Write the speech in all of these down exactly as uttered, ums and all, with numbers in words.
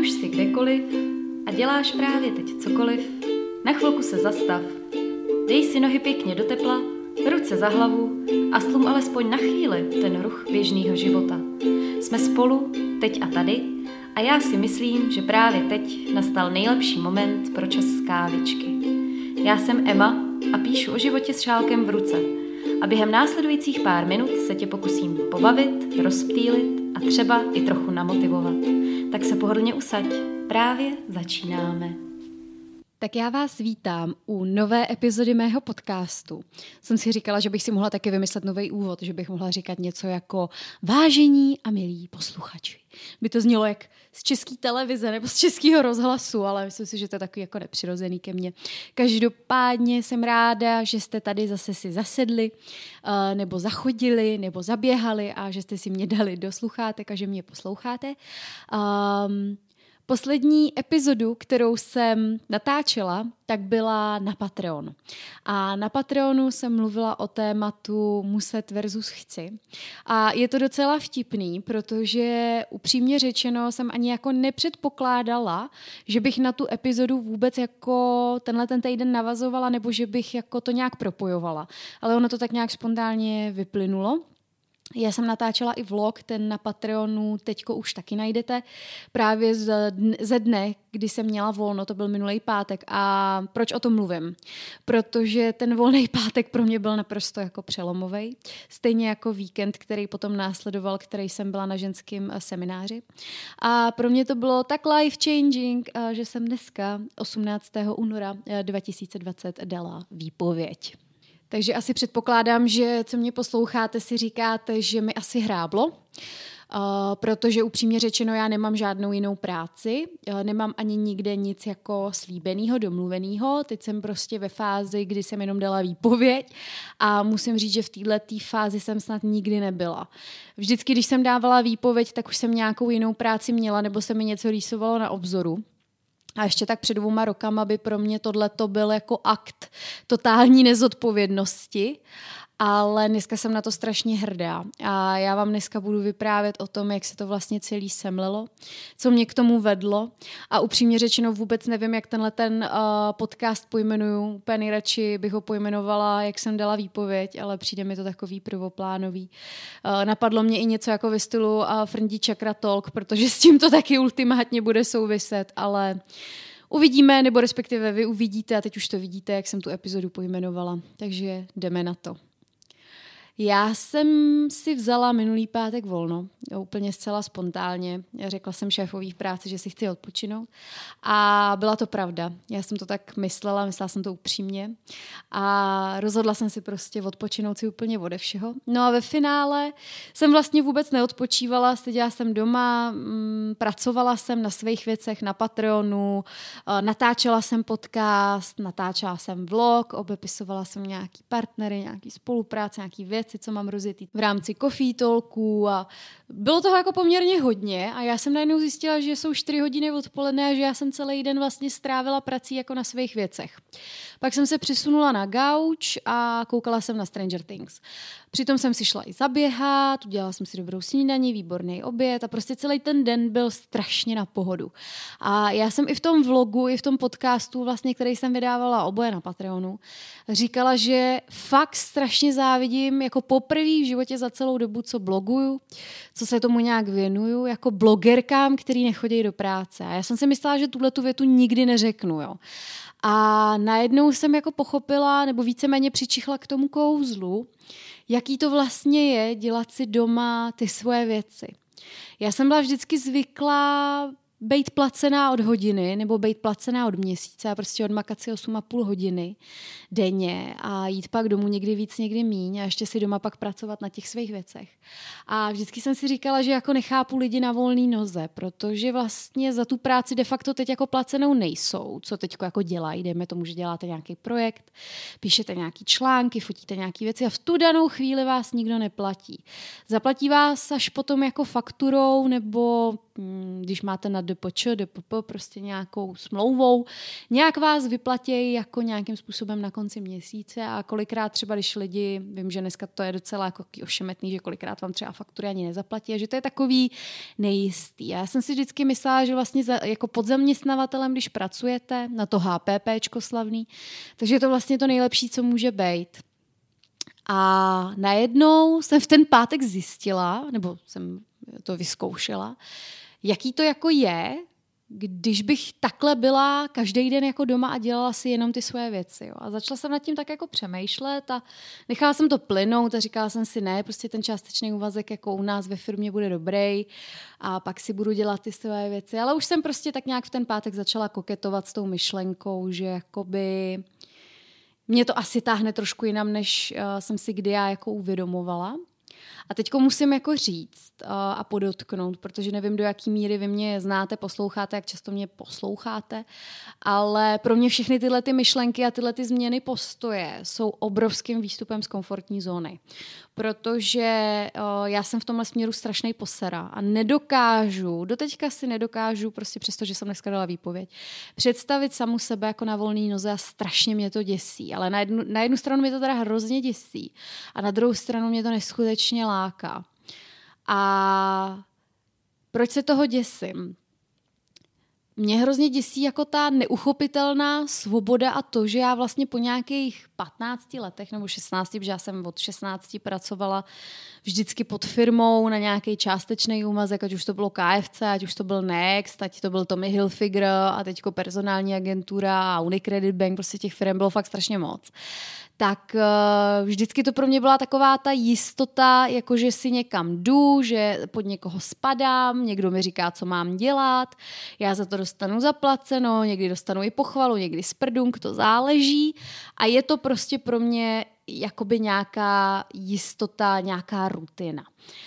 už jsi kdekoliv a děláš právě teď cokoliv, na chvilku se zastav. Dej si nohy pěkně do tepla, ruce za hlavu a stlum alespoň na chvíli ten ruch běžného života. Jsme spolu, teď a tady, a já si myslím, že právě teď nastal nejlepší moment pro čas kávičky. Já jsem Emma a píšu o životě s šálkem v ruce. A během následujících pár minut se tě pokusím pobavit, rozptýlit a třeba i trochu namotivovat. Tak se pohodlně usaď, právě začínáme. Tak já vás vítám u nové epizody mého podcastu. Jsem si říkala, že bych si mohla taky vymyslet nový úvod, že bych mohla říkat něco jako vážení a milí posluchači. By to znělo jak z české televize nebo z českého rozhlasu, ale myslím si, že to je takový jako nepřirozený ke mně. Každopádně jsem ráda, že jste tady zase si zasedli, nebo zachodili, nebo zaběhali a že jste si mě dali do sluchátek a že mě posloucháte. Um, Poslední epizodu, kterou jsem natáčela, tak byla na Patreon. A na Patreonu jsem mluvila o tématu muset versus chci. A je to docela vtipný, protože upřímně řečeno jsem ani jako nepředpokládala, že bych na tu epizodu vůbec jako tenhle ten týden navazovala, nebo že bych jako to nějak propojovala. Ale ono to tak nějak spontánně vyplynulo. Já jsem natáčela i vlog, ten na Patreonu teďko už taky najdete, právě ze dne, kdy jsem měla volno, to byl minulý pátek. A proč o tom mluvím? Protože ten volný pátek pro mě byl naprosto jako přelomovej, stejně jako víkend, který potom následoval, který jsem byla na ženském semináři. A pro mě to bylo tak life changing, že jsem dneska osmnáctého února dva tisíce dvacet dala výpověď. Takže asi předpokládám, že co mě posloucháte, si říkáte, že mi asi hráblo, uh, protože upřímně řečeno já nemám žádnou jinou práci, uh, nemám ani nikde nic jako slíbenýho, domluvenýho, teď jsem prostě ve fázi, kdy jsem jenom dala výpověď a musím říct, že v této fázi jsem snad nikdy nebyla. Vždycky, když jsem dávala výpověď, tak už jsem nějakou jinou práci měla nebo se mi něco rýsovalo na obzoru. A ještě tak před dvouma rokama by pro mě tohleto byl jako akt totální nezodpovědnosti, ale dneska jsem na to strašně hrdá. A já vám dneska budu vyprávět o tom, jak se to vlastně celý semlelo, co mě k tomu vedlo. A upřímně řečeno vůbec nevím, jak tenhle ten uh, podcast pojmenuju. Úplně nejradši bych ho pojmenovala, jak jsem dala výpověď, ale přijde mi to takový prvoplánový. Uh, napadlo mě i něco jako ve stylu uh, Frndí Chakra Talk, protože s tím to taky ultimátně bude souviset, ale uvidíme, nebo respektive vy uvidíte, a teď už to vidíte, jak jsem tu epizodu pojmenovala. Takže jdeme na to. Já jsem si vzala minulý pátek volno, úplně zcela spontánně. Řekla jsem šéfový v práci, že si chci odpočinout a byla to pravda. Já jsem to tak myslela, myslela jsem to upřímně a rozhodla jsem si prostě odpočinout si úplně ode všeho. No a ve finále jsem vlastně vůbec neodpočívala, seděla jsem doma, m, pracovala jsem na svých věcech na Patreonu, natáčela jsem podcast, natáčela jsem vlog, obepisovala jsem nějaký partnery, nějaký spolupráce, nějaký věci, co mám rozjetý v rámci coffee talků a bylo toho jako poměrně hodně a já jsem najednou zjistila, že jsou čtyři hodiny odpoledne a že já jsem celý den vlastně strávila prací jako na svých věcech. Pak jsem se přesunula na gauč a koukala jsem na Stranger Things. Přitom jsem si šla i zaběhat, udělala jsem si dobrou snídani, výborný oběd a prostě celý ten den byl strašně na pohodu. A já jsem i v tom vlogu, i v tom podcastu, vlastně, který jsem vydávala oboje na Patreonu, říkala, že fakt strašně závidím jako poprvé v životě za celou dobu, co bloguju, co se tomu nějak věnuju, jako blogerkám, který nechodí do práce. A já jsem si myslela, že tuhletu větu nikdy neřeknu, jo. A najednou jsem jako pochopila, nebo víceméně přičichla k tomu kouzlu, jaký to vlastně je dělat si doma ty svoje věci. Já jsem byla vždycky zvyklá bejt placená od hodiny nebo bejt placená od měsíce a prostě odmakat si osm a půl hodiny denně a jít pak domů někdy víc, někdy míň a ještě si doma pak pracovat na těch svých věcech. A vždycky jsem si říkala, že jako nechápu lidi na volný noze, protože vlastně za tu práci de facto teď jako placenou nejsou, co teď jako dělají. Dejme tomu, že děláte nějaký projekt, píšete nějaký články, fotíte nějaký věci a v tu danou chvíli vás nikdo neplatí. Zaplatí vás až potom jako fakturou nebo když máte nad D P Č, D P P, prostě nějakou smlouvou. Nějak vás vyplatějí jako nějakým způsobem na konci měsíce a kolikrát třeba, když lidi, vím, že dneska to je docela jako ošemetný, že kolikrát vám třeba faktury ani nezaplatí a že to je takový nejistý. A já jsem si vždycky myslela, že vlastně za, jako pod zaměstnavatelem, když pracujete na to HPPčko slavný, takže je to vlastně to nejlepší, co může být. A najednou jsem v ten pátek zjistila, nebo jsem to vyzkoušela, jaký to jako je, když bych takhle byla každý den jako doma a dělala si jenom ty svoje věci. Jo. A začala jsem nad tím tak jako přemýšlet a nechala jsem to plynout a říkala jsem si, ne, prostě ten částečný úvazek jako u nás ve firmě bude dobrý a pak si budu dělat ty svoje věci. Ale už jsem prostě tak nějak v ten pátek začala koketovat s tou myšlenkou, že jakoby mě to asi táhne trošku jinam, než uh, jsem si kdy já jako uvědomovala. A teďko musím jako říct uh, a podotknout, protože nevím, do jaký míry vy mě znáte, posloucháte, jak často mě posloucháte, ale pro mě všechny tyhle ty myšlenky a tyhle ty změny postoje jsou obrovským výstupem z komfortní zóny. Protože uh, já jsem v tomhle směru strašnej posera a nedokážu, doteďka si nedokážu, prostě přesto, že jsem dneska dala výpověď, představit samu sebe jako na volný noze a strašně mě to děsí. Ale na jednu, na jednu stranu mě to teda hrozně děsí a na druhou stranu mě to neskutečně láká. A proč se toho děsím? Mě hrozně děsí jako ta neuchopitelná svoboda a to, že já vlastně po nějakých patnácti letech nebo šestnácti, protože já jsem od šestnácti pracovala vždycky pod firmou na nějaký částečný úvazek, ať už to bylo K F C, ať už to byl Next, ať to byl Tommy Hilfiger a teďko personální agentura a Unicredit Bank, prostě těch firm bylo fakt strašně moc. Tak uh, vždycky to pro mě byla taková ta jistota, jako že si někam jdu, že pod někoho spadám, někdo mi říká, co mám dělat, já za to dostanu zaplaceno, někdy dostanu i pochvalu, někdy sprdunk, to záleží a je to prostě pro mě jakoby nějaká jistota, nějaká rutina.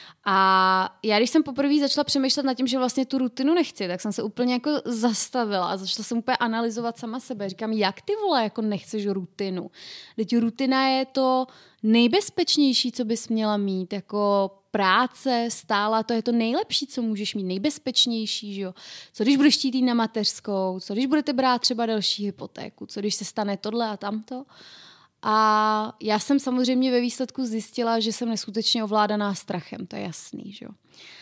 A já, když jsem poprvé začala přemýšlet nad tím, že vlastně tu rutinu nechci, tak jsem se úplně jako zastavila a začala jsem úplně analyzovat sama sebe. Říkám, jak ty vole, jako nechceš rutinu? Teď rutina je to nejbezpečnější, co bys měla mít, jako práce, stála, to je to nejlepší, co můžeš mít, nejbezpečnější, že jo? Co když budeš chtít jít na mateřskou, co když budete brát třeba další hypotéku, co když se stane tohle a tamto? A já jsem samozřejmě ve výsledku zjistila, že jsem neskutečně ovládaná strachem, to je jasný, že jo.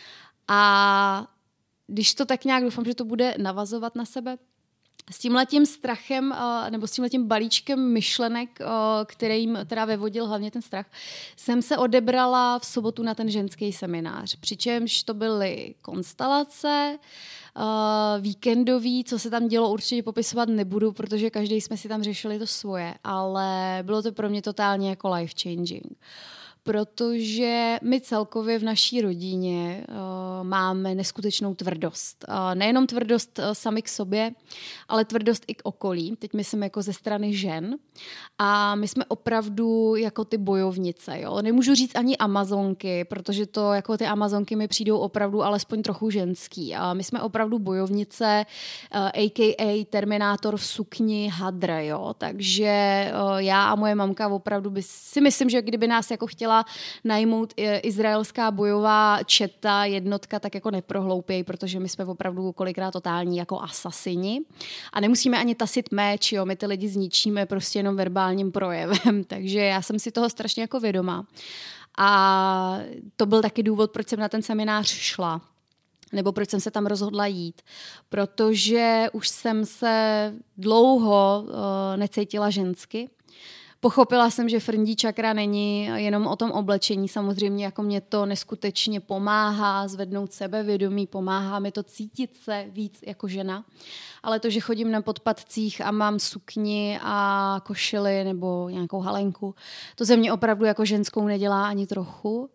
A když to tak nějak, doufám, že to bude navazovat na sebe, s tímhletím strachem nebo s tímhletím balíčkem myšlenek, kterým teda vyvodil hlavně ten strach, jsem se odebrala v sobotu na ten ženský seminář. Přičemž to byly konstelace, víkendový, co se tam dělo, určitě popisovat nebudu, protože každý jsme si tam řešili to svoje, ale bylo to pro mě totálně jako life changing. Protože my celkově v naší rodině uh, máme neskutečnou tvrdost. Uh, nejenom tvrdost uh, sami k sobě, ale tvrdost i k okolí. Teď myslím jako ze strany žen. A my jsme opravdu jako ty bojovnice. Jo? Nemůžu říct ani amazonky, protože to jako ty amazonky mi přijdou opravdu alespoň trochu ženský. A my jsme opravdu bojovnice, uh, a k a. Terminátor v sukni hadr. Jo? Takže uh, já a moje mamka opravdu by si myslím, že kdyby nás jako chtěla najmout izraelská bojová četa, jednotka, tak jako neprohloupěj, protože my jsme opravdu kolikrát totální jako asasini a nemusíme ani tasit meč, jo, my ty lidi zničíme prostě jenom verbálním projevem, takže já jsem si toho strašně jako vědomá. A to byl taky důvod, proč jsem na ten seminář šla. Nebo proč jsem se tam rozhodla jít. Protože už jsem se dlouho uh, necítila žensky. Pochopila jsem, že frndí čakra není jenom o tom oblečení. Samozřejmě jako mě to neskutečně pomáhá zvednout sebevědomí, pomáhá mi to cítit se víc jako žena. Ale to, že chodím na podpatcích a mám sukni a košily nebo nějakou halenku, to ze mě opravdu jako ženskou nedělá ani trochu.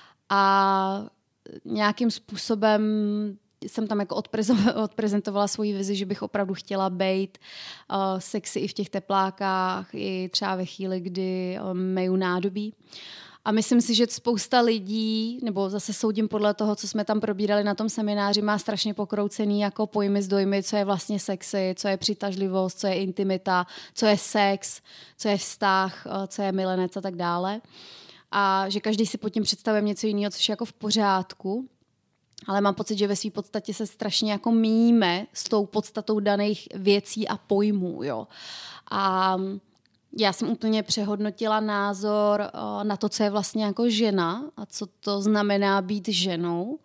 A nějakým způsobem jsem tam jako odprezentovala svoji vizi, že bych opravdu chtěla být uh, sexy i v těch teplákách, i třeba ve chvíli, kdy um, meju nádobí. A myslím si, že spousta lidí, nebo zase soudím podle toho, co jsme tam probírali na tom semináři, má strašně pokroucený jako pojmy s dojmy, co je vlastně sexy, co je přitažlivost, co je intimita, co je sex, co je vztah, uh, co je milenec a tak dále. A že každý si pod tím představuje něco jiného, což je jako v pořádku. ale mám pocit, že ve své podstatě se strašně jako míjíme s tou podstatou daných věcí a pojmů, jo. A já jsem úplně přehodnotila názor na to, co je vlastně jako žena a co to znamená být ženou.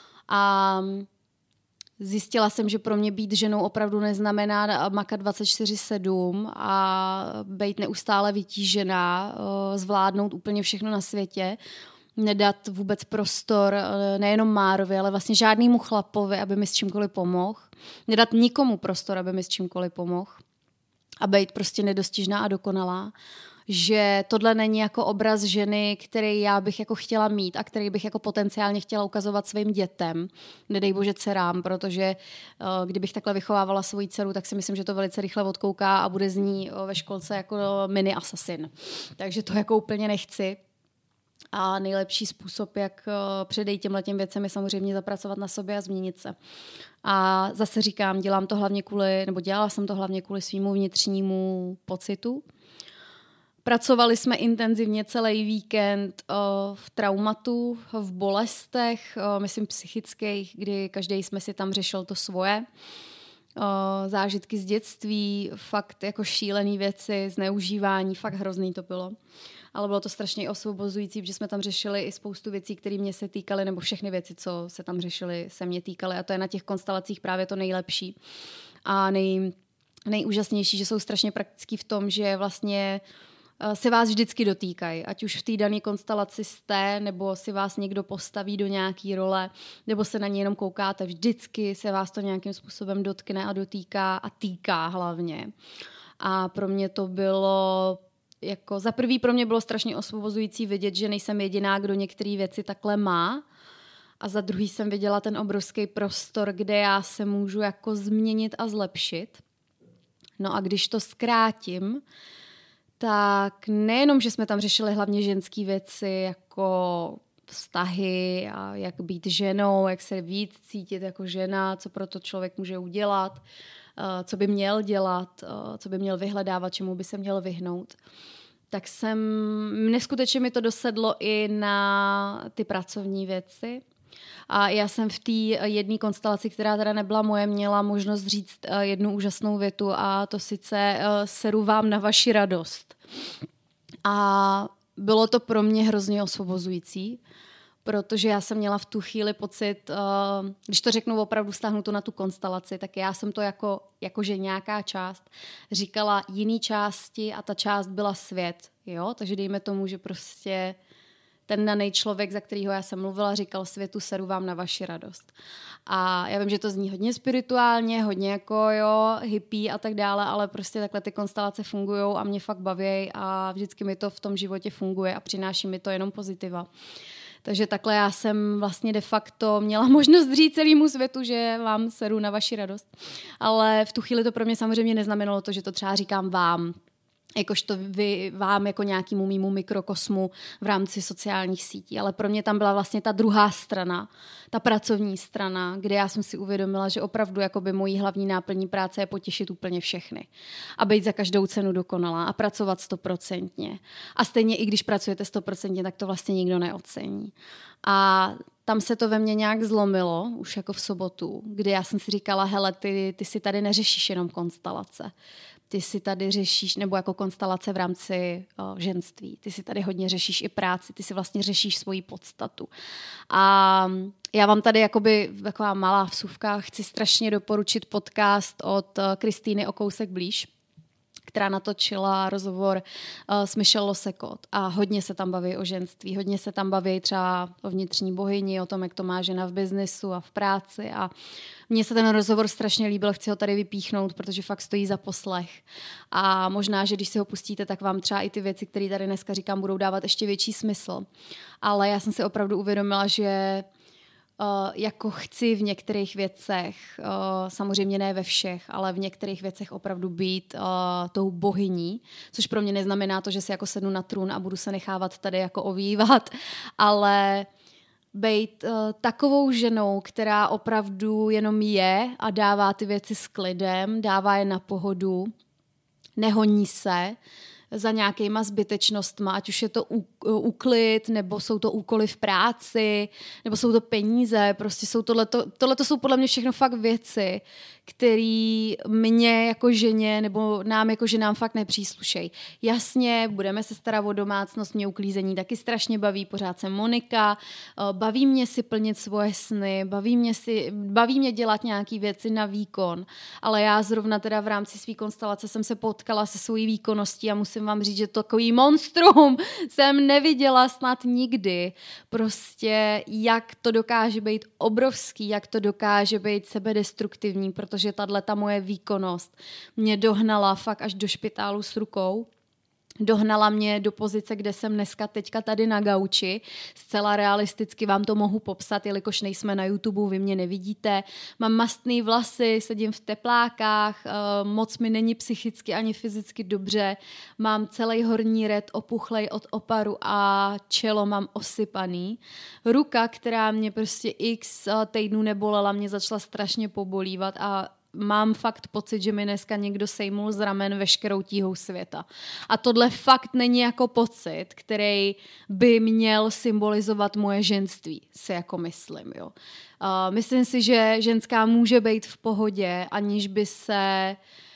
A zjistila jsem, že pro mě být ženou opravdu neznamená makat dvacet čtyři sedm a být neustále vytížená, zvládnout úplně všechno na světě, nedat vůbec prostor nejenom Márovi, ale vlastně žádnému chlapovi, aby mi s čímkoliv pomohl. Nedat nikomu prostor, aby mi s čímkoliv pomohl. A být prostě nedostižná a dokonalá. Že tohle není jako obraz ženy, který já bych jako chtěla mít a který bych jako potenciálně chtěla ukazovat svým dětem. Nedej bože dcerám, protože uh, kdybych takhle vychovávala svoji dceru, tak si myslím, že to velice rychle odkouká a bude z ní uh, ve školce jako mini asasin. Takže to jako úplně nechci. A nejlepší způsob, jak uh, předejít těmhletěm věcem, je samozřejmě zapracovat na sobě a změnit se. A zase říkám, dělám to hlavně kvůli, nebo dělala jsem to hlavně kvůli svýmu vnitřnímu pocitu. Pracovali jsme intenzivně celý víkend uh, v traumatu, v bolestech, uh, myslím psychických, kdy každý jsme si tam řešil to svoje. Uh, zážitky z dětství, fakt jako šílený věci, zneužívání, fakt hrozný to bylo. Ale bylo to strašně osvobozující, protože jsme tam řešili i spoustu věcí, které mě se týkaly, nebo všechny věci, co se tam řešily, se mě týkaly. A to je na těch konstelacích právě to nejlepší. A nej, nejúžasnější, že jsou strašně praktický v tom, že vlastně se vás vždycky dotýkají. Ať už v té dané konstelaci jste, nebo si vás někdo postaví do nějaký role, nebo se na ně jenom koukáte. Vždycky se vás to nějakým způsobem dotkne a dotýká a týká hlavně. A pro mě to bylo... Jako za prvý pro mě bylo strašně osvobozující vidět, že nejsem jediná, kdo některé věci takhle má. A za druhý jsem viděla ten obrovský prostor, kde já se můžu jako změnit a zlepšit. No a když to zkrátím, tak nejenom, že jsme tam řešili hlavně ženské věci, jako vztahy a jak být ženou, jak se víc cítit jako žena, co pro to člověk může udělat, co by měl dělat, co by měl vyhledávat, čemu by se měl vyhnout. Tak jsem, neskutečně mi to dosedlo i na ty pracovní věci. A já jsem v té jedné konstelaci, která teda nebyla moje, měla možnost říct jednu úžasnou větu a to sice seru vám na vaši radost. A bylo to pro mě hrozně osvobozující, protože já jsem měla v tu chvíli pocit, když to řeknu opravdu stáhnu to na tu konstelaci, tak já jsem to jako, jakože nějaká část říkala jiný části a ta část byla svět. Jo? Takže dejme tomu, že prostě ten daný člověk, za kterýho já jsem mluvila, říkal světu seru vám na vaši radost. A já vím, že to zní hodně spirituálně, hodně jako jo, hippie a tak dále, ale prostě takhle ty konstelace fungujou a mě fakt baví a vždycky mi to v tom životě funguje a přináší mi to jenom pozitiva. Takže takhle já jsem vlastně de facto měla možnost říct celému světu, že vám seru na vaši radost. Ale v tu chvíli to pro mě samozřejmě neznamenalo to, že to třeba říkám vám, jakožto vy, vám jako nějakému mýmu mikrokosmu v rámci sociálních sítí. Ale pro mě tam byla vlastně ta druhá strana, ta pracovní strana, kde já jsem si uvědomila, že opravdu jakoby mojí hlavní náplní práce je potěšit úplně všechny. A být za každou cenu dokonalá a pracovat stoprocentně. A stejně i když pracujete stoprocentně, tak to vlastně nikdo neocení. A tam se to ve mně nějak zlomilo, už jako v sobotu, kdy já jsem si říkala, hele, ty, ty si tady neřešíš jenom konstelace. Ty si tady řešíš, nebo jako konstelace v rámci o, ženství, ty si tady hodně řešíš i práci, ty si vlastně řešíš svoji podstatu. A já vám tady jakoby taková malá vsuvka chci strašně doporučit podcast od Kristýny O kousek blíž, která natočila rozhovor uh, s Michelle Losekot a hodně se tam baví o ženství, hodně se tam baví třeba o vnitřní bohyni, o tom, jak to má žena v biznisu a v práci a mně se ten rozhovor strašně líbil, chci ho tady vypíchnout, protože fakt stojí za poslech a možná, že když si ho pustíte, tak vám třeba i ty věci, které tady dneska říkám, budou dávat ještě větší smysl. Ale já jsem si opravdu uvědomila, že Uh, jako chci v některých věcech, uh, samozřejmě ne ve všech, ale v některých věcech opravdu být uh, tou bohyní, což pro mě neznamená to, že si jako sednu na trůn a budu se nechávat tady jako ovývat, ale být uh, takovou ženou, která opravdu jenom je a dává ty věci s klidem, dává je na pohodu, nehoní se, za nějakýma zbytečnostma, ať už je to úklid, nebo jsou to úkoly v práci, nebo jsou to peníze, prostě jsou tohleto, tohleto jsou podle mě všechno fakt věci, který mě jako ženě nebo nám jako ženám fakt nepříslušejí. Jasně, budeme se starat o domácnost, mě uklízení taky strašně baví, pořád jsem Monika, baví mě si plnit svoje sny, baví mě, si, baví mě dělat nějaký věci na výkon, ale já zrovna teda v rámci své konstelace jsem se potkala se svojí výkonností a musím vám říct, že takový monstrum jsem neviděla snad nikdy. Prostě jak to dokáže být obrovský, jak to dokáže být sebedestruktivní, protože tato moje výkonnost mě dohnala fakt až do špitálu s rukou. Dohnala mě do pozice, kde jsem dneska teďka tady na gauči. Zcela realisticky vám to mohu popsat, jelikož nejsme na YouTube, vy mě nevidíte. Mám mastný vlasy, sedím v teplákách, moc mi není psychicky ani fyzicky dobře. Mám celý horní red opuchlej od oparu a čelo mám osypaný. Ruka, která mě prostě x týdnů nebolela, mě začala strašně pobolívat a mám fakt pocit, že mi dneska někdo sejmul z ramen veškerou tíhou světa. A tohle fakt není jako pocit, který by měl symbolizovat moje ženství, si jako myslím. Jo. Uh, myslím si, že ženská může být v pohodě, aniž by se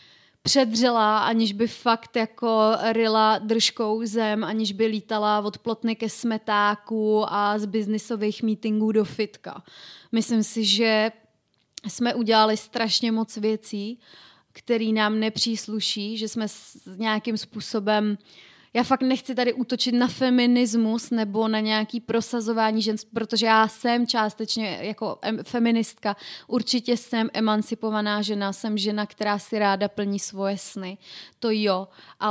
předřela, aniž by fakt jako ryla držkou zem, aniž by lítala od plotny ke smetáku a z biznisových meetingů do fitka. Myslím si, že jsme udělali strašně moc věcí, které nám nepřísluší, že jsme s nějakým způsobem, já fakt nechci tady útočit na feminismus nebo na nějaký prosazování žen, protože já jsem částečně jako em, feministka, určitě jsem emancipovaná žena, jsem žena, která si ráda plní svoje sny, to jo,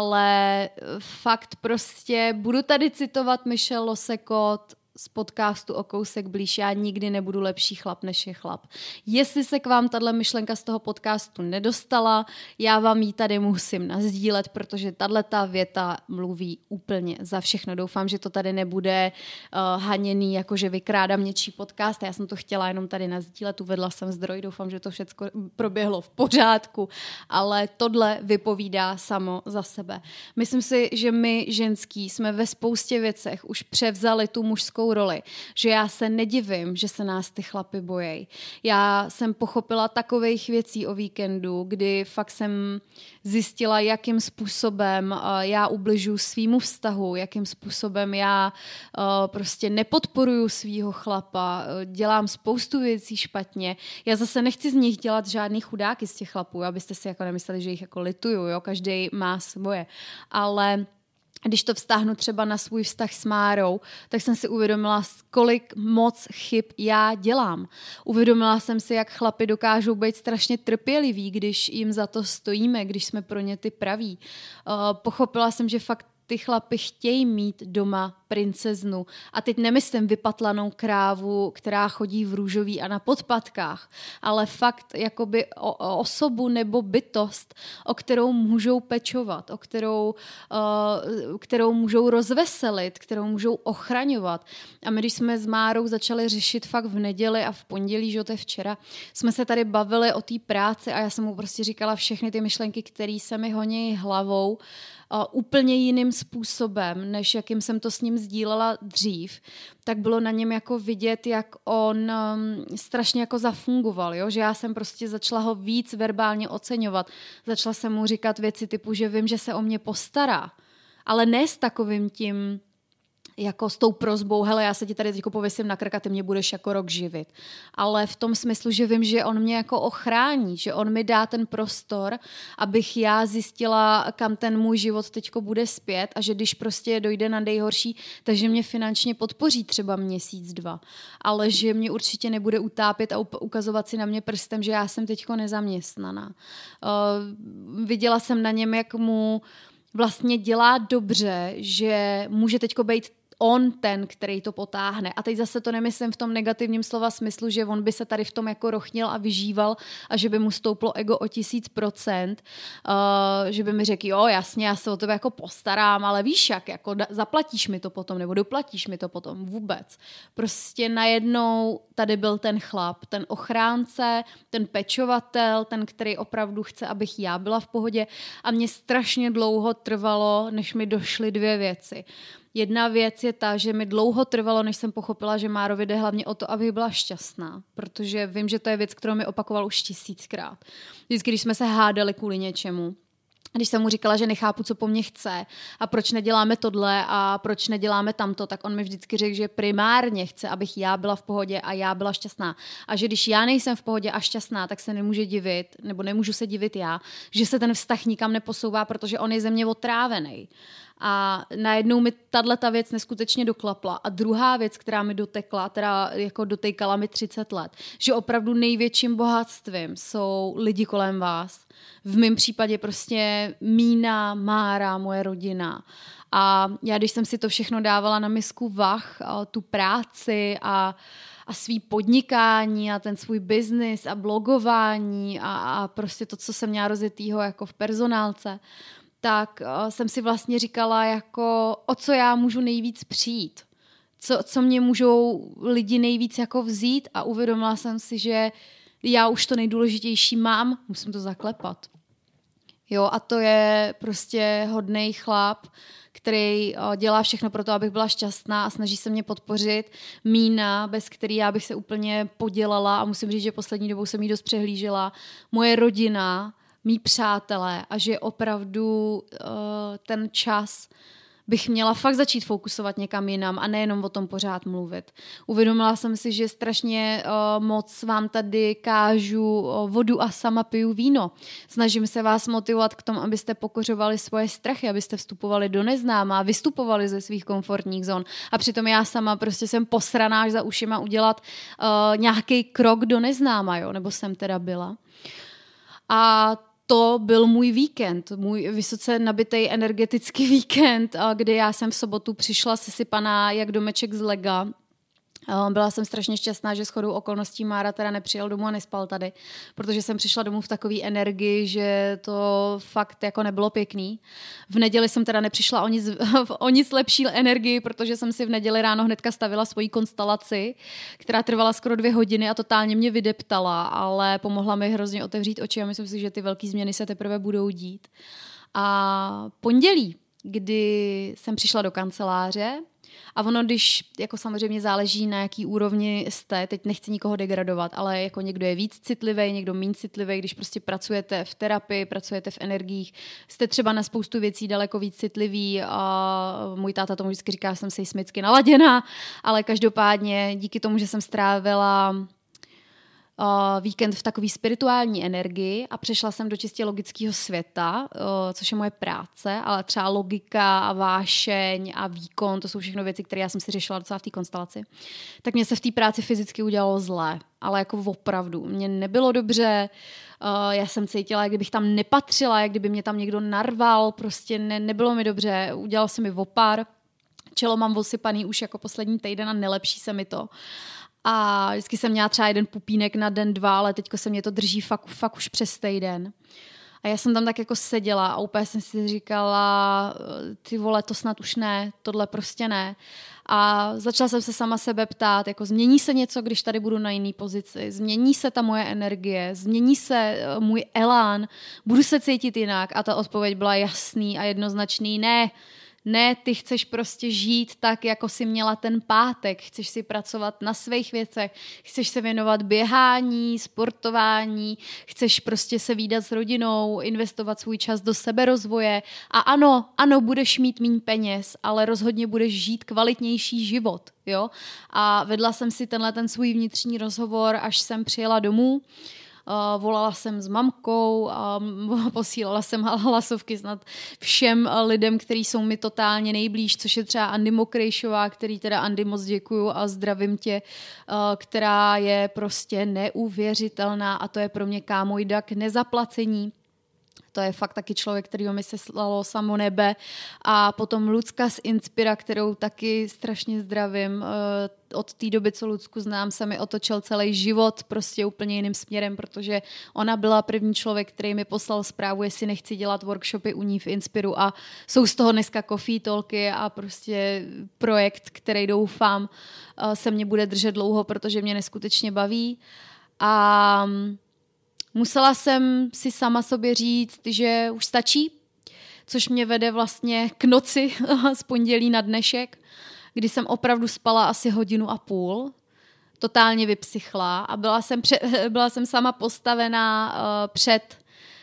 ale fakt prostě budu tady citovat Michelle Losecott z podcastu O kousek blíž, já nikdy nebudu lepší chlap, než je chlap. Jestli se k vám tato myšlenka z toho podcastu nedostala, já vám ji tady musím nazdílet, protože tato věta mluví úplně za všechno. Doufám, že to tady nebude uh, haněný, jakože vykrádám něčí podcast. Já jsem to chtěla jenom tady nazdílet, uvedla jsem zdroj, doufám, že to všechno proběhlo v pořádku, ale tohle vypovídá samo za sebe. Myslím si, že my ženský jsme ve spoustě věcech už převzali tu mužskou roli, že já se nedivím, že se nás ty chlapy bojí. Já jsem pochopila takových věcí o víkendu, kdy fakt jsem zjistila, jakým způsobem já ubližuji svýmu vztahu, jakým způsobem já prostě nepodporuju svýho chlapa, dělám spoustu věcí špatně. Já zase nechci z nich dělat žádný chudáky z těch chlapů, abyste si jako nemysleli, že jich jako lituju, jo? Každý má svoje. Ale když to vztáhnu třeba na svůj vztah s Márou, tak jsem si uvědomila, kolik moc chyb já dělám. Uvědomila jsem si, jak chlapi dokážou být strašně trpěliví, když jim za to stojíme, když jsme pro ně ty praví. Uh, pochopila jsem, že fakt ty chlapy chtějí mít doma princeznu. A teď nemyslím vypatlanou krávu, která chodí v růžový a na podpatkách, ale fakt jakoby o, o osobu nebo bytost, o kterou můžou pečovat, o kterou, uh, kterou můžou rozveselit, kterou můžou ochraňovat. A my, když jsme s Márou začali řešit fakt v neděli a v pondělí, že to je včera, jsme se tady bavili o té práci a já jsem mu prostě říkala všechny ty myšlenky, které se mi honí hlavou, Uh, úplně jiným způsobem, než jakým jsem to s ním sdílela dřív, tak bylo na něm jako vidět, jak on um, strašně jako zafungoval, jo? Že já jsem prostě začala ho víc verbálně oceňovat. Začala jsem mu říkat věci typu, že vím, že se o mě postará, ale ne s takovým tím jako s tou prosbou, hele, já se ti tady teď pověsím na krk a ty mě budeš jako rok živit. Ale v tom smyslu, že vím, že on mě jako ochrání, že on mi dá ten prostor, abych já zjistila, kam ten můj život teďko bude zpět a že když prostě dojde na nejhorší, takže mě finančně podpoří třeba měsíc, dva. Ale že mě určitě nebude utápět a ukazovat si na mě prstem, že já jsem teďko nezaměstnaná. Uh, viděla jsem na něm, jak mu vlastně dělá dobře, že může teďko být on ten, který to potáhne. A teď zase to nemyslím v tom negativním slova smyslu, že on by se tady v tom jako rochnil a vyžíval a že by mu stouplo ego o tisíc procent, uh, že by mi řekl, jo, jasně, já se o tebe jako postarám, ale víš jak, jako da- zaplatíš mi to potom, nebo doplatíš mi to potom, vůbec. Prostě najednou tady byl ten chlap, ten ochránce, ten pečovatel, ten, který opravdu chce, abych já byla v pohodě a mě strašně dlouho trvalo, než mi došly dvě věci. Jedna věc je ta, že mi dlouho trvalo, než jsem pochopila, že Márovi jde hlavně o to, abych byla šťastná, protože vím, že to je věc, kterou mi opakoval už tisíckrát. Vždycky, když jsme se hádali kvůli něčemu, když jsem mu říkala, že nechápu, co po mně chce a proč neděláme tohle a proč neděláme tamto, tak on mi vždycky řekl, že primárně chce, abych já byla v pohodě a já byla šťastná. A že když já nejsem v pohodě a šťastná, tak se nemůže divit, nebo nemůžu se divit já, že se ten vztah nikam neposouvá, protože on je ze mě otrávený. A najednou mi tato věc neskutečně doklapla. A druhá věc, která mi dotekla, teda jako dotejkala mi třicet let, že opravdu největším bohatstvím jsou lidi kolem vás. V mém případě prostě Mína, Mára, moje rodina. A já, když jsem si to všechno dávala na misku vah, tu práci a a svý podnikání a ten svůj biznis a blogování a, a prostě to, co jsem měla rozjetýho jako v personálce, tak uh, jsem si vlastně říkala, jako, o co já můžu nejvíc přijít. Co, co mě můžou lidi nejvíc jako vzít a uvědomila jsem si, že já už to nejdůležitější mám, musím to zaklepat. Jo, a to je prostě hodnej chlap, který uh, dělá všechno pro to, abych byla šťastná a snaží se mě podpořit. Mína, bez který já bych se úplně podělala a musím říct, že poslední dobou jsem jí dost přehlížela. Moje rodina, mý přátelé a že opravdu uh, ten čas bych měla fakt začít fokusovat někam jinam a nejenom o tom pořád mluvit. Uvědomila jsem si, že strašně uh, moc vám tady kážu uh, vodu a sama piju víno. Snažím se vás motivovat k tomu, abyste pokořovali svoje strachy, abyste vstupovali do neznáma, vystupovali ze svých komfortních zón. A přitom já sama prostě jsem posraná až za ušima udělat uh, nějaký krok do neznáma, jo? Nebo jsem teda byla. A to byl můj víkend, můj vysoce nabitý energetický víkend, kdy já jsem v sobotu přišla sesypaná jak domeček z lega. Byla jsem strašně šťastná, že shodou okolností Mára teda nepřijel domů a nespal tady, protože jsem přišla domů v takové energii, že to fakt jako nebylo pěkný. V neděli jsem teda nepřišla o nic, o nic lepší energii, protože jsem si v neděli ráno hnedka stavila svoji konstelaci, která trvala skoro dvě hodiny a totálně mě vydeptala, ale pomohla mi hrozně otevřít oči a myslím si, že ty velké změny se teprve budou dít. A pondělí, kdy jsem přišla do kanceláře, a ono, když jako samozřejmě záleží, na jaký úrovni jste, teď nechci nikoho degradovat, ale jako někdo je víc citlivý, někdo méně citlivý, když prostě pracujete v terapii, pracujete v energiích, jste třeba na spoustu věcí daleko víc citlivý a můj táta tomu vždycky říká, že jsem seismicky naladěná, ale každopádně díky tomu, že jsem strávila Uh, víkend v takové spirituální energii a přešla jsem do čistě logického světa, uh, což je moje práce, ale třeba logika a vášeň a výkon, to jsou všechno věci, které já jsem si řešila docela v té konstelaci. Tak mě se v té práci fyzicky udělalo zlé, ale jako opravdu. Mně nebylo dobře, uh, já jsem cítila, jak kdybych tam nepatřila, jak kdyby mě tam někdo narval, prostě ne, nebylo mi dobře, udělal se mi opar, čelo mám osypaný už jako poslední týden a nelepší se mi to. A vždycky jsem měla třeba jeden pupínek na den, dva, ale teďko se mě to drží fakt, fakt už přes týden. A já jsem tam tak jako seděla a úplně jsem si říkala, ty vole, to snad už ne, tohle prostě ne. A začala jsem se sama sebe ptát, jako změní se něco, když tady budu na jiný pozici, změní se ta moje energie, změní se můj elán, budu se cítit jinak. A ta odpověď byla jasný a jednoznačný, ne. Ne, ty chceš prostě žít tak, jako jsi měla ten pátek, chceš si pracovat na svých věcech, chceš se věnovat běhání, sportování, chceš prostě se vídat s rodinou, investovat svůj čas do seberozvoje a ano, ano, budeš mít míň peněz, ale rozhodně budeš žít kvalitnější život, jo? A vedla jsem si tenhle ten svůj vnitřní rozhovor, až jsem přijela domů. Uh, volala jsem s mamkou a uh, posílala jsem hlasovky snad všem uh, lidem, kteří jsou mi totálně nejblíž, což je třeba Andy Mokrejšová, který teda Andy moc děkuju a zdravím tě, uh, která je prostě neuvěřitelná a to je pro mě kámojda k nezaplacení. To je fakt taky člověk, kterýho mi se slalo samo nebe. A potom Lucka z Inspira, kterou taky strašně zdravím. Od té doby, co Lucku znám, se mi otočil celý život prostě úplně jiným směrem, protože ona byla první člověk, který mi poslal zprávu, jestli nechci dělat workshopy u ní v Inspiru a jsou z toho dneska coffee talky a prostě projekt, který doufám se mě bude držet dlouho, protože mě neskutečně baví. A musela jsem si sama sobě říct, že už stačí, což mě vede vlastně k noci z pondělí na dnešek, kdy jsem opravdu spala asi hodinu a půl, totálně vypsychla a byla jsem, pře- byla jsem sama postavená uh, před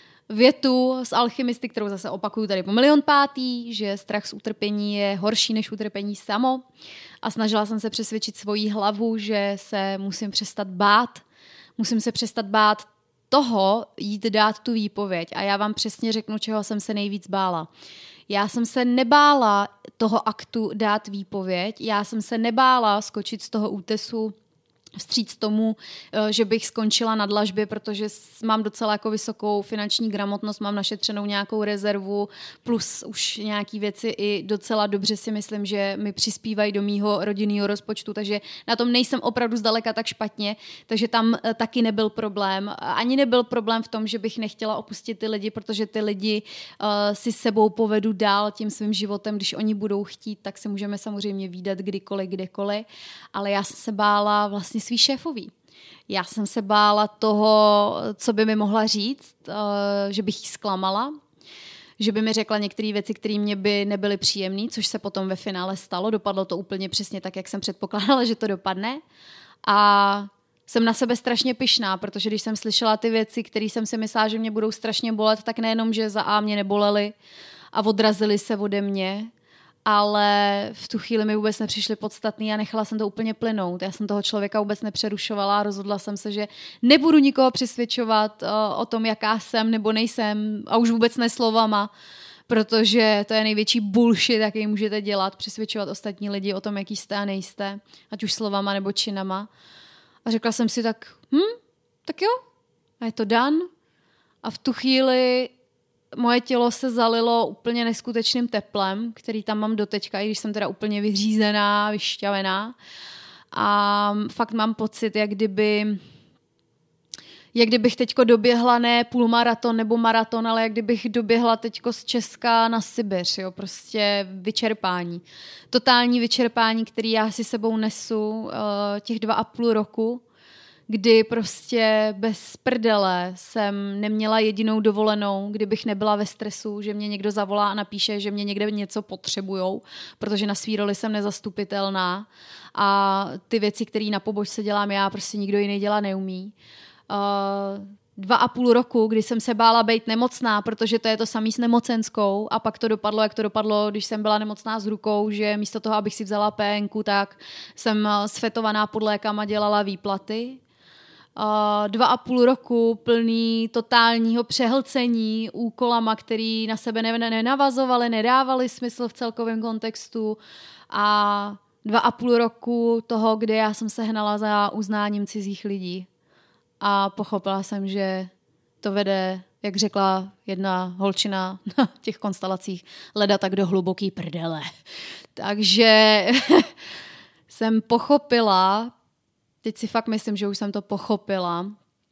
větu z Alchymisty, kterou zase opakuju tady po milion pátý, že strach z utrpení je horší než utrpení samo a snažila jsem se přesvědčit svoji hlavu, že se musím přestat bát, musím se přestat bát toho jít dát tu výpověď. A já vám přesně řeknu, čeho jsem se nejvíc bála. Já jsem se nebála toho aktu dát výpověď, já jsem se nebála skočit z toho útesu vstříc tomu, že bych skončila na dlažbě, protože mám docela jako vysokou finanční gramotnost, mám našetřenou nějakou rezervu, plus už nějaký věci i docela dobře si myslím, že mi přispívají do mýho rodinného rozpočtu, takže na tom nejsem opravdu zdaleka tak špatně, takže tam taky nebyl problém. Ani nebyl problém v tom, že bych nechtěla opustit ty lidi, protože ty lidi uh, si sebou povedu dál tím svým životem, když oni budou chtít, tak se můžeme samozřejmě vídat kdykoliv, kdekoliv, ale já jsem se bála vlastně svý šéfový. Já jsem se bála toho, co by mi mohla říct, že bych jí zklamala, že by mi řekla některé věci, které mě by nebyly příjemné, což se potom ve finále stalo. Dopadlo to úplně přesně tak, jak jsem předpokládala, že to dopadne. A jsem na sebe strašně pyšná, protože když jsem slyšela ty věci, které jsem si myslela, že mě budou strašně bolet, tak nejenom, že za A mě nebolely a odrazily se ode mě, ale v tu chvíli mi vůbec nepřišly podstatný a nechala jsem to úplně plynout. Já jsem toho člověka vůbec nepřerušovala a rozhodla jsem se, že nebudu nikoho přesvědčovat uh, o tom, jaká jsem nebo nejsem a už vůbec ne slovama, protože to je největší bullshit, jaký můžete dělat, přesvědčovat ostatní lidi o tom, jaký jste a nejste, ať už slovama nebo činama. A řekla jsem si tak, hm, tak jo, a je to dan. A v tu chvíli moje tělo se zalilo úplně neskutečným teplem, který tam mám doteďka, i když jsem teda úplně vyřízená, vyšťavená. A fakt mám pocit, jak kdyby, jak kdybych teďko doběhla ne půlmaraton nebo maraton, ale jak kdybych doběhla teďko z Česka na Sibiř, jo, prostě vyčerpání. Totální vyčerpání, který já si sebou nesu uh, těch dva a půl roku, kdy prostě bez prdele jsem neměla jedinou dovolenou, kdybych nebyla ve stresu, že mě někdo zavolá a napíše, že mě někde něco potřebujou, protože na svý roli jsem nezastupitelná a ty věci, které na pobočce dělám já, prostě nikdo jiný dělat neumí. Uh, dva a půl roku, kdy jsem se bála být nemocná, protože to je to samý s nemocenskou a pak to dopadlo, jak to dopadlo, když jsem byla nemocná s rukou, že místo toho, abych si vzala pé enku, tak jsem sfetovaná pod lékama dělala výplaty. Uh, dva a půl roku plný totálního přehlcení úkolama, který na sebe nenavazovaly, nedávaly smysl v celkovém kontextu a dva a půl roku toho, kde já jsem se hnala za uznáním cizích lidí a pochopila jsem, že to vede, jak řekla jedna holčina na těch konstelacích, leda tak do hluboký prdele. Takže jsem pochopila, teď si fakt myslím, že už jsem to pochopila,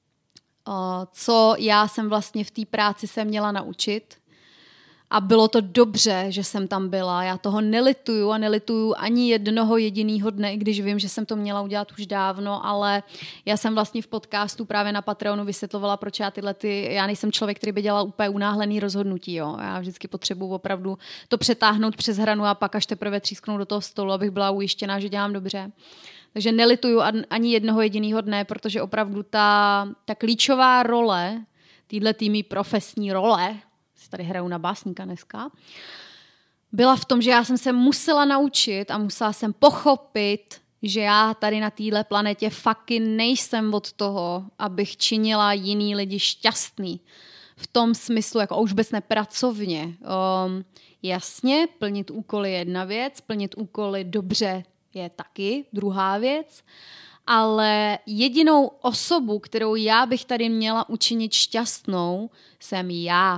co já jsem vlastně v té práci se měla naučit. A bylo to dobře, že jsem tam byla. Já toho nelituju a nelituju ani jednoho jediného dne, i když vím, že jsem to měla udělat už dávno, ale já jsem vlastně v podcastu právě na Patreonu vysvětlovala, proč já tyhle ty, já nejsem člověk, který by dělal úplně unáhlený rozhodnutí. Jo. Já vždycky potřebuji opravdu to přetáhnout přes hranu a pak až teprve třísknout do toho stolu, abych byla ujištěná, že dělám dobře. Takže nelituju ani jednoho jediného dne, protože opravdu ta, ta klíčová role, týhle týmí profesní role, si tady hraju na básníka dneska, byla v tom, že já jsem se musela naučit a musela jsem pochopit, že já tady na téhle planetě faky nejsem od toho, abych činila jiný lidi šťastný. V tom smyslu, jako už vůbec nepracovně. Um, jasně, plnit úkoly je jedna věc, plnit úkoly dobře je taky druhá věc, ale jedinou osobu, kterou já bych tady měla učinit šťastnou, jsem já.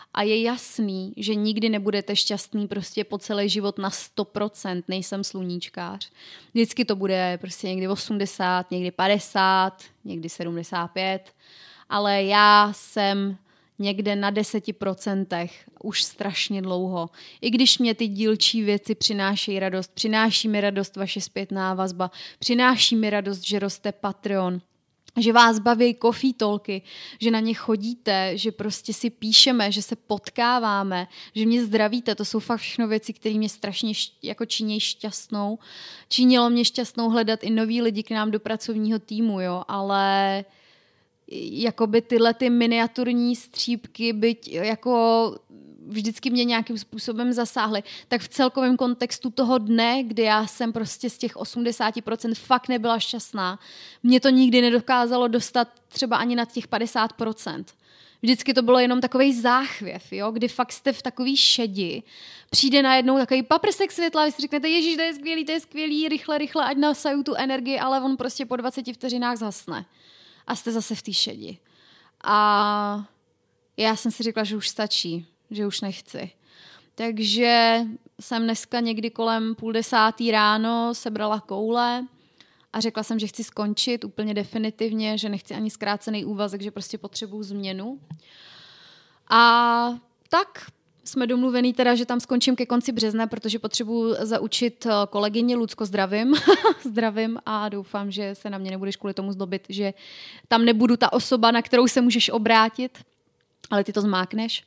A je jasný, že nikdy nebudete šťastný prostě po celý život na sto procent, nejsem sluníčkář. Vždycky to bude prostě někdy osmdesát, někdy padesát, někdy sedmdesát pět, ale já jsem někde na deseti procentech už strašně dlouho. I když mě ty dílčí věci přinášejí radost, přináší mi radost vaše zpětná vazba, přináší mi radost, že roste Patreon, že vás baví coffee talky, že na ně chodíte, že prostě si píšeme, že se potkáváme, že mě zdravíte. To jsou fakt všechno věci, které mě strašně jako činí šťastnou. Činilo mě šťastnou hledat i nový lidi k nám do pracovního týmu, jo, ale jakoby tyhle ty miniaturní střípky, byť jako vždycky mě nějakým způsobem zasáhly, tak v celkovém kontextu toho dne, kdy já jsem prostě z těch osmdesát procent fakt nebyla šťastná, mě to nikdy nedokázalo dostat třeba ani na těch padesát procent. Vždycky to bylo jenom takovej záchvěv, jo? Kdy fakt jste v takový šedi, přijde najednou takový paprsek světla, vy si řeknete, ježiš, to je skvělý, to je skvělý, rychle, rychle, ať nasaju tu energii, ale on prostě po dvaceti vteřinách zhasne. A jste zase v té šedi. A já jsem si řekla, že už stačí, že už nechci. Takže jsem dneska někdy kolem půl desátý ráno sebrala koule a řekla jsem, že chci skončit úplně definitivně, že nechci ani zkrácený úvazek, že prostě potřebuju změnu. A tak jsme domluvený teda, že tam skončím ke konci března, protože potřebuji zaučit kolegyni Lucko, zdravím. zdravím a doufám, že se na mě nebudeš kvůli tomu zlobit, že tam nebudu ta osoba, na kterou se můžeš obrátit, ale ty to zmákneš.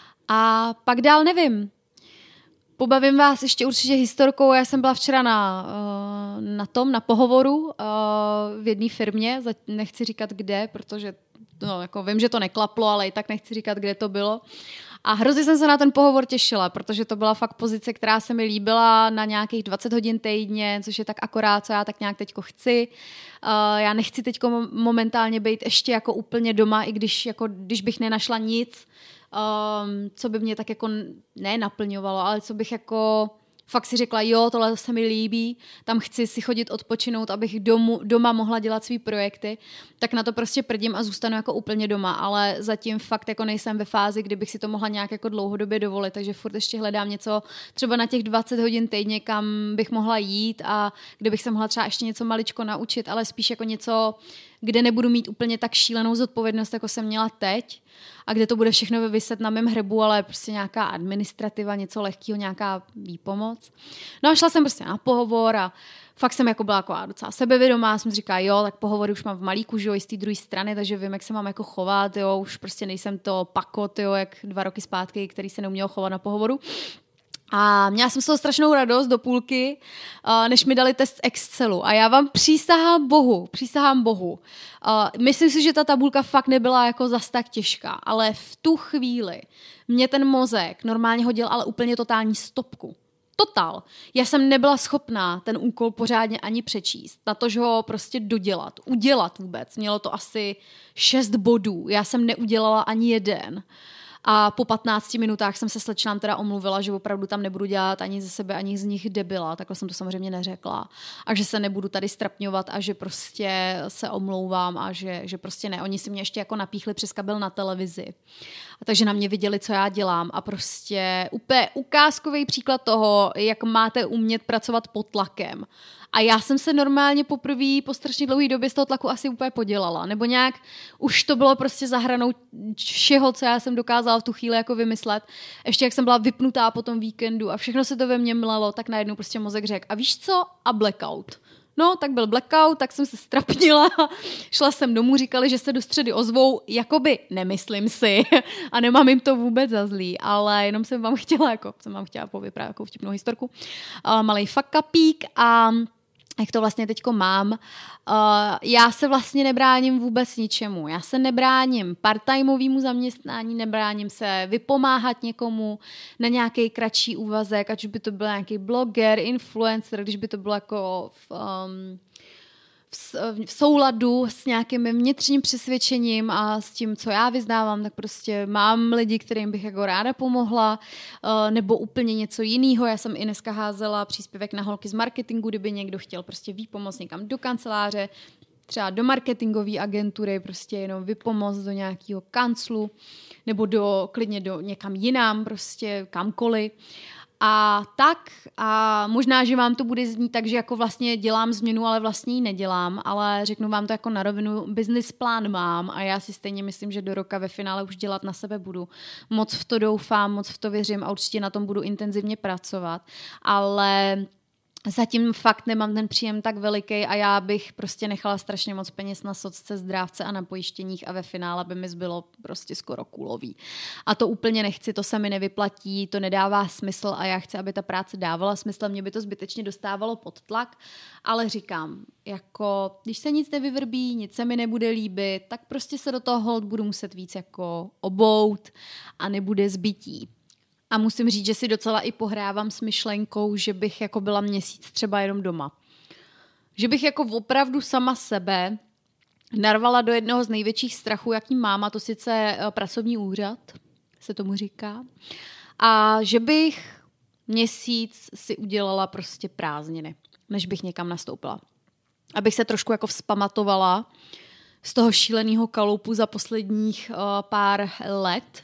A pak dál nevím. Pobavím vás ještě určitě historkou. Já jsem byla včera na, na tom, na pohovoru v jedné firmě, nechci říkat kde, protože no, jako vím, že to neklaplo, ale i tak nechci říkat, kde to bylo. A hrozně jsem se na ten pohovor těšila, protože to byla fakt pozice, která se mi líbila na nějakých dvacet hodin týdně, což je tak akorát, co já tak nějak teďko chci. Uh, já nechci teďko momentálně být ještě jako úplně doma, i když, jako, když bych nenašla nic, um, co by mě tak jako ne naplňovalo, ale co bych jako fakt si řekla, jo, tohle se mi líbí, tam chci si chodit odpočinout, abych domu, doma mohla dělat svý projekty, tak na to prostě prdím a zůstanu jako úplně doma, ale zatím fakt jako nejsem ve fázi, kdybych si to mohla nějak jako dlouhodobě dovolit, takže furt ještě hledám něco třeba na těch dvacet hodin týdně, kam bych mohla jít a kde bych se mohla třeba ještě něco maličko naučit, ale spíš jako něco, kde nebudu mít úplně tak šílenou zodpovědnost, jako jsem měla teď a kde to bude všechno vyviset na mém hrbu, ale prostě nějaká administrativa, něco lehkého, nějaká výpomoc. No a šla jsem prostě na pohovor a fakt jsem jako byla jako docela sebevědomá, jsem si říkala, jo, tak pohovory už mám v malíku, že jo, i z té druhé strany, takže vím, jak se mám jako chovat, jo, už prostě nejsem to pakot, jo, jak dva roky zpátky, který se neuměl chovat na pohovoru. A měla jsem z toho strašnou radost do půlky, než mi dali test Excelu. A já vám přísahám Bohu, přísahám Bohu. Myslím si, že ta tabulka fakt nebyla jako zas tak těžká, ale v tu chvíli mě ten mozek normálně hodil ale úplně totální stopku. Totál. Já jsem nebyla schopná ten úkol pořádně ani přečíst. Na to, že ho prostě dodělat, udělat vůbec. Mělo to asi šest bodů. Já jsem neudělala ani jeden. A po patnácti minutách jsem se slečnám teda omluvila, že opravdu tam nebudu dělat ani ze sebe, ani z nich debila. Takhle jsem to samozřejmě neřekla. A že se nebudu tady strapňovat a že prostě se omlouvám a že, že prostě ne. Oni si mě ještě jako napíchli přes kabel na televizi. A takže na mě viděli, co já dělám. A prostě úplně ukázkový příklad toho, jak máte umět pracovat pod tlakem. A já jsem se normálně poprvé po strašně dlouhé době z toho tlaku asi úplně podělala. Nebo nějak už to bylo prostě za hranou všeho, co já jsem dokázala v tu chvíli jako vymyslet. Ještě jak jsem byla vypnutá po tom víkendu a všechno se to ve mně mlelo, tak najednou prostě mozek řekl, a víš co? A blackout. No, tak byl blackout, tak jsem se strapnila, šla jsem domů, říkali, že se do středy ozvou, jakoby nemyslím si a nemám jim to vůbec za zlý, ale jenom jsem vám chtěla, jako jsem vám chtěla povyprávět jako vtipnou historku, uh, malej fuck upík a jak to vlastně teďko mám. Uh, já se vlastně nebráním vůbec ničemu. Já se nebráním part-timeovému zaměstnání, nebráním se vypomáhat někomu na nějaký kratší úvazek, ať už by to byl nějaký bloger, influencer, když by to bylo jako v, um, v, v souladu s nějakým vnitřním přesvědčením a s tím, co já vyznávám, tak prostě mám lidi, kterým bych jako ráda pomohla, uh, nebo úplně něco jiného. Já jsem i dneska házela příspěvek na holky z marketingu, kdyby někdo chtěl prostě výpomoc někam do kanceláře, třeba do marketingové agentury, prostě jenom vypomoct do nějakého kanclu, nebo do, klidně do někam jinam, prostě kamkoliv. A tak, a možná, že vám to bude znít tak, že jako vlastně dělám změnu, ale vlastně ji nedělám, ale řeknu vám to jako na rovinu, business plán mám a já si stejně myslím, že do roka ve finále už dělat na sebe budu. Moc v to doufám, moc v to věřím a určitě na tom budu intenzivně pracovat, ale zatím fakt nemám ten příjem tak veliký a já bych prostě nechala strašně moc peněz na socce, zdrávce a na pojištěních a ve finále by mi zbylo prostě skoro kulový. A to úplně nechci, to se mi nevyplatí, to nedává smysl a já chci, aby ta práce dávala smysl, mě by to zbytečně dostávalo pod tlak, ale říkám, jako když se nic nevyvrbí, nic se mi nebude líbit, tak prostě se do toho hold budu muset víc jako obout a nebude zbytí. A musím říct, že si docela i pohrávám s myšlenkou, že bych jako byla měsíc třeba jenom doma. Že bych jako opravdu sama sebe narvala do jednoho z největších strachů, jaký mám, a to sice pracovní úřad, se tomu říká. A že bych měsíc si udělala prostě prázdniny, než bych někam nastoupila. Abych se trošku jako vzpamatovala z toho šíleného kaloupu za posledních uh, pár let.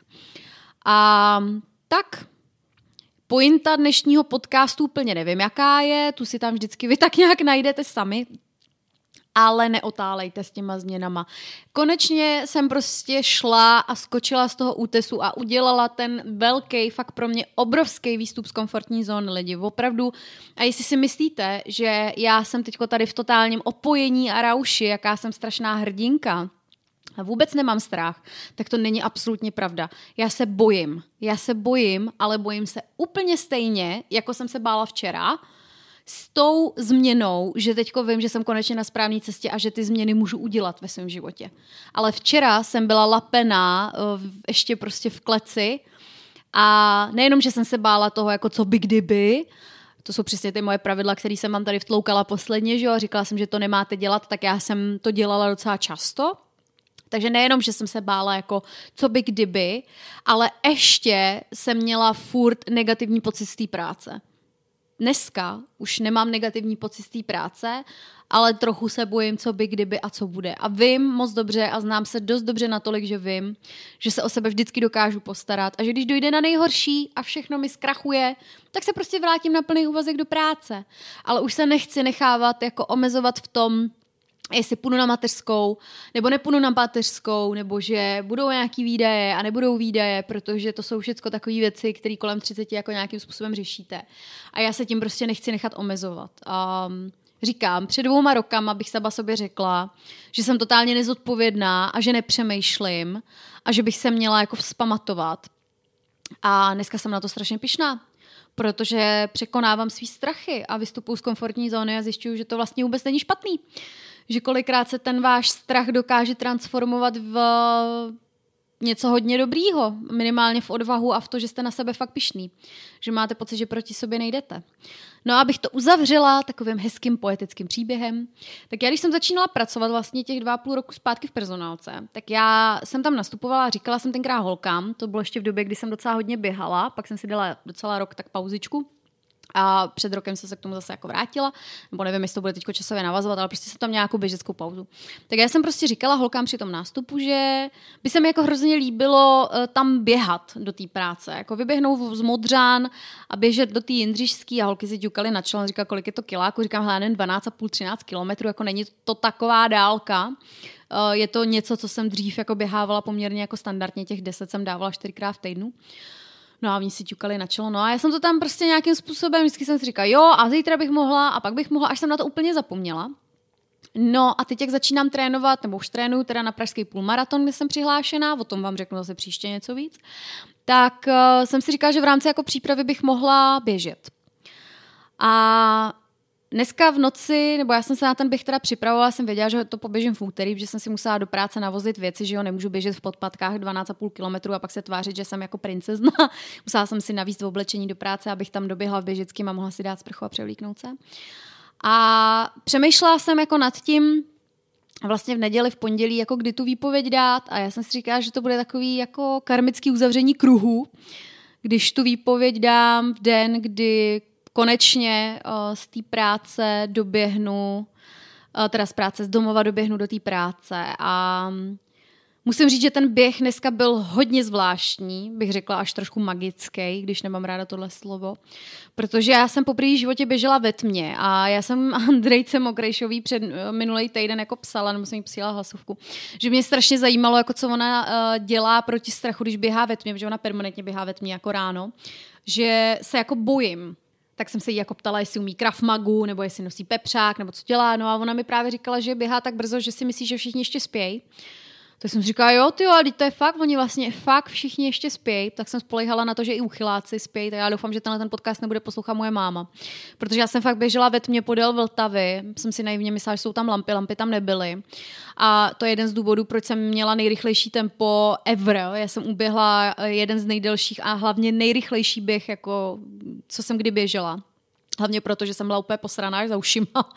A tak, pointa dnešního podcastu úplně nevím, jaká je, tu si tam vždycky vy tak nějak najdete sami, ale neotálejte s těma změnama. Konečně jsem prostě šla a skočila z toho útesu a udělala ten velký, fakt pro mě obrovský výstup z komfortní zóny, lidi, opravdu. A jestli si myslíte, že já jsem teďko tady v totálním opojení a rauši, jaká jsem strašná hrdinka, a vůbec nemám strach, tak to není absolutně pravda. Já se bojím. Já se bojím, ale bojím se úplně stejně, jako jsem se bála včera, s tou změnou, že teďko vím, že jsem konečně na správné cestě a že ty změny můžu udělat ve svém životě. Ale včera jsem byla lapená ještě prostě v kleci a nejenom, že jsem se bála toho, jako co by kdyby, to jsou přesně ty moje pravidla, které jsem vám tady vtloukala posledně, že jo, říkala jsem, že to nemáte dělat, tak já jsem to dělala docela často. Takže nejenom, že jsem se bála jako co by kdyby, ale ještě jsem měla furt negativní pocit z té práce. Dneska už nemám negativní pocit z té práce, ale trochu se bojím, co by kdyby a co bude. A vím moc dobře a znám se dost dobře natolik, že vím, že se o sebe vždycky dokážu postarat a že když dojde na nejhorší a všechno mi zkrachuje, tak se prostě vrátím na plný úvazek do práce. Ale už se nechci nechávat jako omezovat v tom, jestli půjdu na mateřskou, nebo nepůjdu na mateřskou, nebo že budou nějaký výdaje a nebudou výdaje, protože to jsou všechno takové věci, které kolem třiceti jako nějakým způsobem řešíte. A já se tím prostě nechci nechat omezovat. Um, říkám, před dvouma rokama bych sama sobě řekla, že jsem totálně nezodpovědná a že nepřemýšlím a že bych se měla jako vzpamatovat. A dneska jsem na to strašně pyšná, protože překonávám svý strachy a vystupuji z komfortní zóny a zjišťuju, že to vlastně vůbec není špatný. Že kolikrát se ten váš strach dokáže transformovat v něco hodně dobrýho, minimálně v odvahu a v to, že jste na sebe fakt pyšný. Že máte pocit, že proti sobě nejdete. No a abych to uzavřela takovým hezkým poetickým příběhem, tak já když jsem začínala pracovat vlastně těch dva a půl roku zpátky v personálce, tak já jsem tam nastupovala a říkala jsem tenkrát holkám, to bylo ještě v době, kdy jsem docela hodně běhala, pak jsem si dala docela rok tak pauzičku, a před rokem jsem se k tomu zase jako vrátila, nebo nevím, jestli to bude teďko časově navazovat, ale prostě jsem tam nějakou běžeckou pauzu. Tak já jsem prostě říkala holkám při tom nástupu, že by se mi jako hrozně líbilo uh, tam běhat do té práce, jako vyběhnout z Modřán a běžet do té Jindřišský a holky si ťukaly na čelo, říkala, kolik je to kiláku, říkám, hele, dvanáct a půl, třináct kilometrů, jako není to taková dálka. Uh, je to něco, co jsem dřív jako běhávala poměrně jako standardně, těch deset jsem dávala čtyřikrát v týdnu. No a oni si ťukali na čelo. No a já jsem to tam prostě nějakým způsobem, vždycky jsem si říkala, jo, a zítra bych mohla, a pak bych mohla, až jsem na to úplně zapomněla. No a teď, jak začínám trénovat, nebo už trénuju teda na pražský půlmaraton, kde jsem přihlášená, o tom vám řeknu zase příště něco víc, tak uh, jsem si říkala, že v rámci jako přípravy bych mohla běžet. A dneska v noci, nebo já jsem se na ten běh teda připravovala, jsem věděla, že to poběžím v úterý, protože jsem si musela do práce navozit věci, že jo, nemůžu běžet v podpatkách dvanáct a půl kilometru a pak se tvářit, že jsem jako princezna. Musela jsem si navíst v oblečení do práce, abych tam doběhla v běžeckým a mohla si dát sprchu a převlíknout se. A přemýšlela jsem jako nad tím, vlastně v neděli, v pondělí, jako kdy tu výpověď dát a já jsem si říkala, že to bude takový jako karmický uzavření kruhu, když tu výpověď dám v den, kdy konečně uh, z té práce doběhnu teda z práce, z domova doběhnu do té práce a musím říct, že ten běh dneska byl hodně zvláštní, bych řekla až trošku magický, když nemám ráda tohle slovo, protože já jsem poprvé v životě běžela ve tmě a já jsem Andrejce Mokrejšový před minulý týden jako psala, nebo jsem jí posílala hlasovku, že mě strašně zajímalo, jako co ona uh, dělá proti strachu, když běhá ve tmě, protože ona permanentně běhá ve tmě jako ráno, že se jako bojím. Tak jsem se jí jako ptala, jestli umí Krav Magu, nebo jestli nosí pepřák, nebo co dělá. No a ona mi právě říkala, že běhá tak brzo, že si myslí, že všichni ještě spějí. Tak jsem si říkala, jo, tyjo, ale to je fakt, oni vlastně fakt všichni ještě spějí. Tak jsem spoléhala na to, že i uchyláci spějí. Tak já doufám, že tenhle ten podcast nebude poslouchat moje máma. Protože já jsem fakt běžela ve tmě podél Vltavy. Jsem si naivně myslela, že jsou tam lampy, lampy tam nebyly. A to je jeden z důvodů, proč jsem měla nejrychlejší tempo ever. Já jsem uběhla jeden z nejdelších a hlavně nejrychlejší běh, jako co jsem kdy běžela. Hlavně proto, že jsem byla úplně posraná za ušima.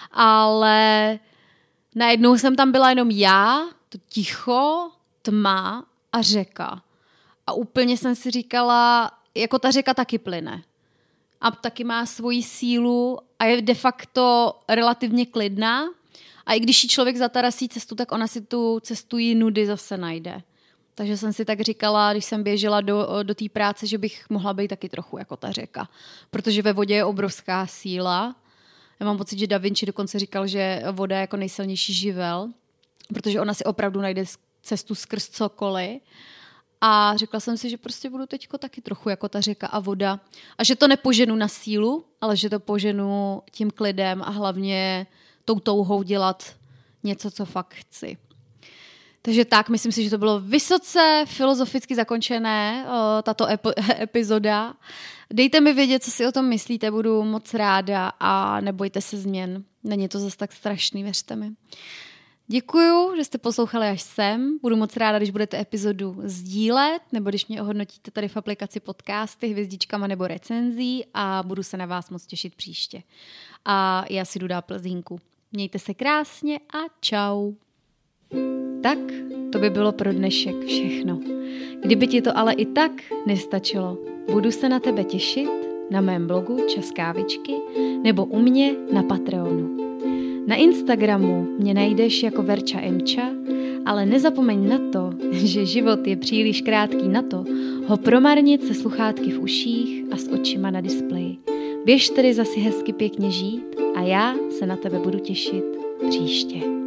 Ale najednou jsem tam byla jenom já, to ticho, tma a řeka. A úplně jsem si říkala, jako ta řeka taky plyne. A taky má svoji sílu a je de facto relativně klidná. A i když jí člověk zatarasí cestu, tak ona si tu cestu jí nudy zase najde. Takže jsem si tak říkala, když jsem běžela do, do té práce, že bych mohla být taky trochu jako ta řeka. Protože ve vodě je obrovská síla. Já mám pocit, že Da Vinci dokonce říkal, že voda je jako nejsilnější živel, protože ona si opravdu najde cestu skrz cokoliv. A řekla jsem si, že prostě budu teďko taky trochu jako ta řeka a voda. A že to nepoženu na sílu, ale že to poženu tím klidem a hlavně tou touhou dělat něco, co fakt chci. Takže tak, myslím si, že to bylo vysoce filozoficky zakončené, o, tato ep- epizoda. Dejte mi vědět, co si o tom myslíte, budu moc ráda a nebojte se změn. Není to zase tak strašný, věřte mi. Děkuju, že jste poslouchali až sem. Budu moc ráda, když budete epizodu sdílet, nebo když mě ohodnotíte tady v aplikaci podcasty hvězdičkama nebo recenzí a budu se na vás moc těšit příště. A já si jdu dát plzínku. Mějte se krásně a čau. Tak, to by bylo pro dnešek všechno. Kdyby ti to ale i tak nestačilo, budu se na tebe těšit na mém blogu Čas kávičky nebo u mě na Patreonu. Na Instagramu mě najdeš jako Verča Emča, ale nezapomeň na to, že život je příliš krátký na to, ho promarnit se sluchátky v uších a s očima na displeji. Běž tedy zase hezky pěkně žít a já se na tebe budu těšit příště.